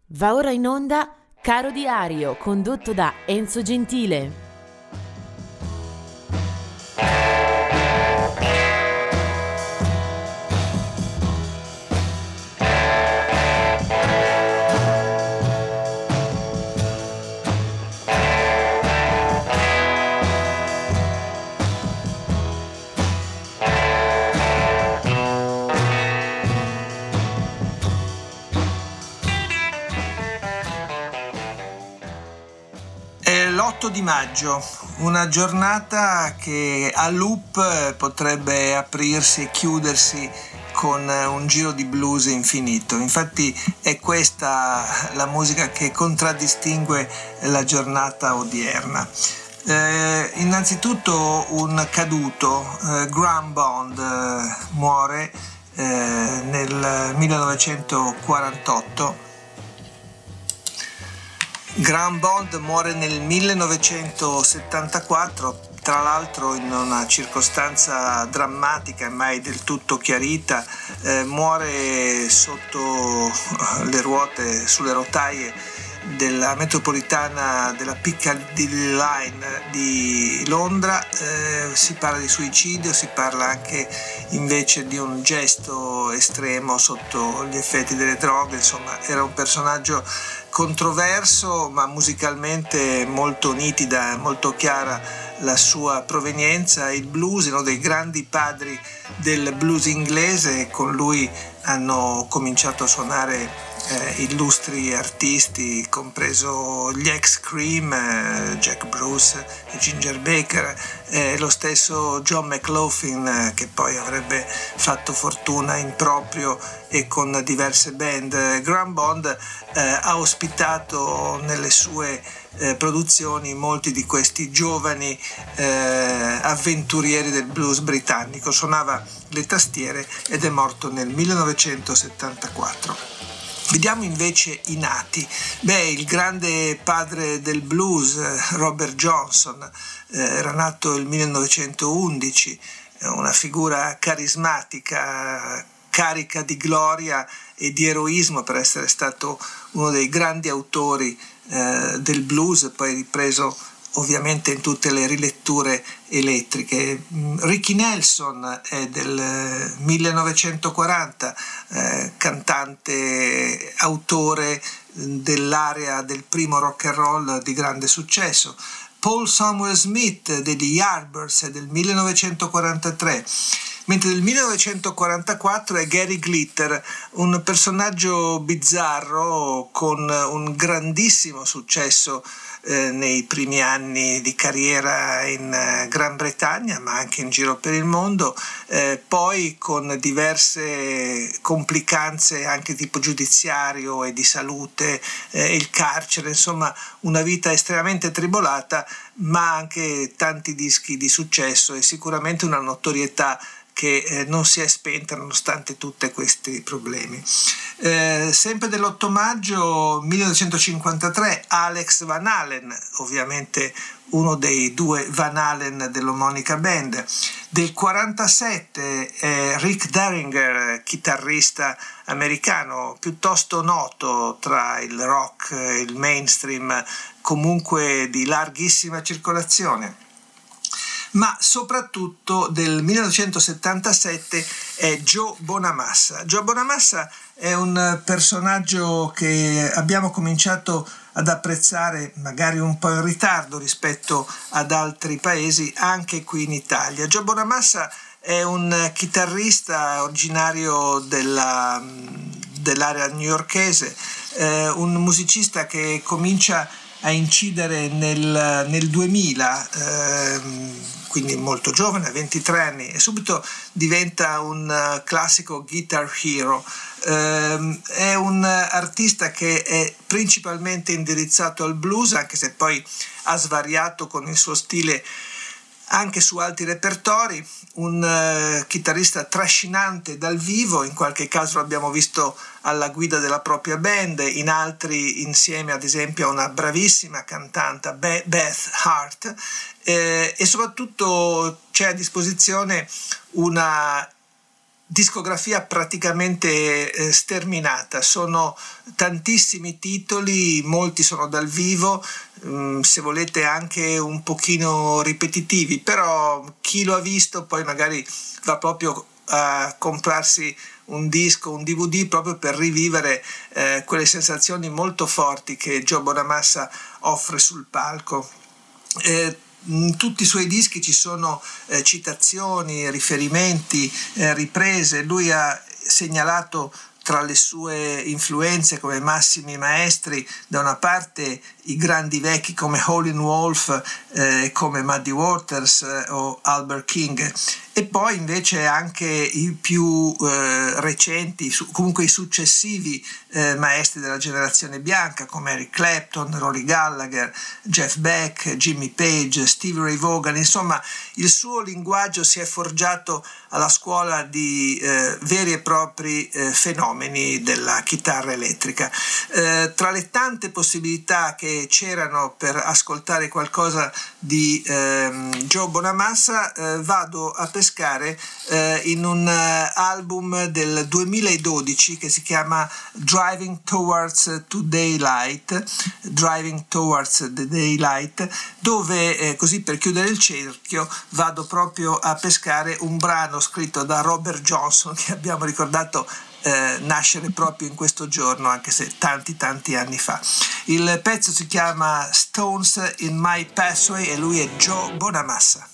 Va ora in onda Caro Diario, condotto da Enzo Gentile. L'8 di maggio, una giornata che a loop potrebbe aprirsi e chiudersi con un giro di blues infinito. Infatti è questa la musica che contraddistingue la giornata odierna. Innanzitutto un caduto, Graham Bond, muore nel 1948. Graham Bond muore nel 1974, tra l'altro in una circostanza drammatica e mai del tutto chiarita. Muore sotto le ruote, sulle rotaie della metropolitana della Piccadilly Line di Londra. Si parla di suicidio, si parla anche invece di un gesto estremo sotto gli effetti delle droghe. Insomma, era un personaggio controverso, ma musicalmente molto nitida, molto chiara la sua provenienza. Il blues è uno dei grandi padri del blues inglese, e con lui hanno cominciato a suonare illustri artisti, compreso gli ex-Cream, Jack Bruce e Ginger Baker, lo stesso John McLaughlin, che poi avrebbe fatto fortuna in proprio e con diverse band. Graham Bond ha ospitato nelle sue produzioni molti di questi giovani avventurieri del blues britannico. Suonava le tastiere ed è morto nel 1974. Vediamo invece i nati. Il grande padre del blues, Robert Johnson, era nato nel 1911, una figura carismatica, carica di gloria e di eroismo per essere stato uno dei grandi autori del blues, poi ripreso ovviamente in tutte le riletture elettriche. Ricky Nelson è del 1940, cantante, autore dell'area del primo rock and roll di grande successo. Paul Samuel Smith degli Yardbirds è del 1943, mentre del 1944 è Gary Glitter, un personaggio bizzarro con un grandissimo successo nei primi anni di carriera in Gran Bretagna, ma anche in giro per il mondo, poi con diverse complicanze anche tipo giudiziario e di salute, il carcere, insomma una vita estremamente tribolata, ma anche tanti dischi di successo e sicuramente una notorietà che non si è spenta nonostante tutti questi problemi. Sempre dell'8 maggio 1953 Alex Van Halen, ovviamente uno dei due Van Halen dell'omonica band. Del 47 Rick Derringer, chitarrista americano piuttosto noto tra il rock e il mainstream, comunque di larghissima circolazione. Ma soprattutto del 1977 è Joe Bonamassa. Joe Bonamassa è un personaggio che abbiamo cominciato ad apprezzare magari un po' in ritardo rispetto ad altri paesi, anche qui in Italia. Joe Bonamassa è un chitarrista originario dell'area newyorkese, un musicista che comincia a incidere nel 2000, quindi molto giovane, a 23 anni, e subito diventa un classico guitar hero. È un artista che è principalmente indirizzato al blues, anche se poi ha svariato con il suo stile anche su altri repertori. Un chitarrista trascinante dal vivo, in qualche caso l'abbiamo visto alla guida della propria band, in altri insieme ad esempio a una bravissima cantante Beth Hart, e soprattutto c'è a disposizione una discografia praticamente sterminata, sono tantissimi titoli, molti sono dal vivo, se volete anche un pochino ripetitivi, però chi lo ha visto poi magari va proprio a comprarsi un disco, un DVD proprio per rivivere quelle sensazioni molto forti che Joe Bonamassa offre sul palco. In tutti i suoi dischi ci sono citazioni, riferimenti, riprese. Lui ha segnalato tra le sue influenze come massimi maestri da una parte i grandi vecchi come Howlin' Wolf, come Muddy Waters o Albert King, e poi invece anche i più recenti, comunque i successivi maestri della generazione bianca come Eric Clapton, Rory Gallagher, Jeff Beck, Jimmy Page, Stevie Ray Vaughan. Insomma, il suo linguaggio si è forgiato alla scuola di veri e propri fenomeni della chitarra elettrica. Tra le tante possibilità che c'erano per ascoltare qualcosa di Joe Bonamassa, vado a pescare in un album del 2012 che si chiama Driving Towards the Daylight, dove così per chiudere il cerchio vado proprio a pescare un brano scritto da Robert Johnson, che abbiamo ricordato nascere proprio in questo giorno, anche se tanti anni fa. Il pezzo si chiama Stones in My Pathway e lui è Joe Bonamassa.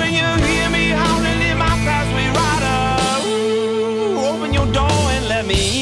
Me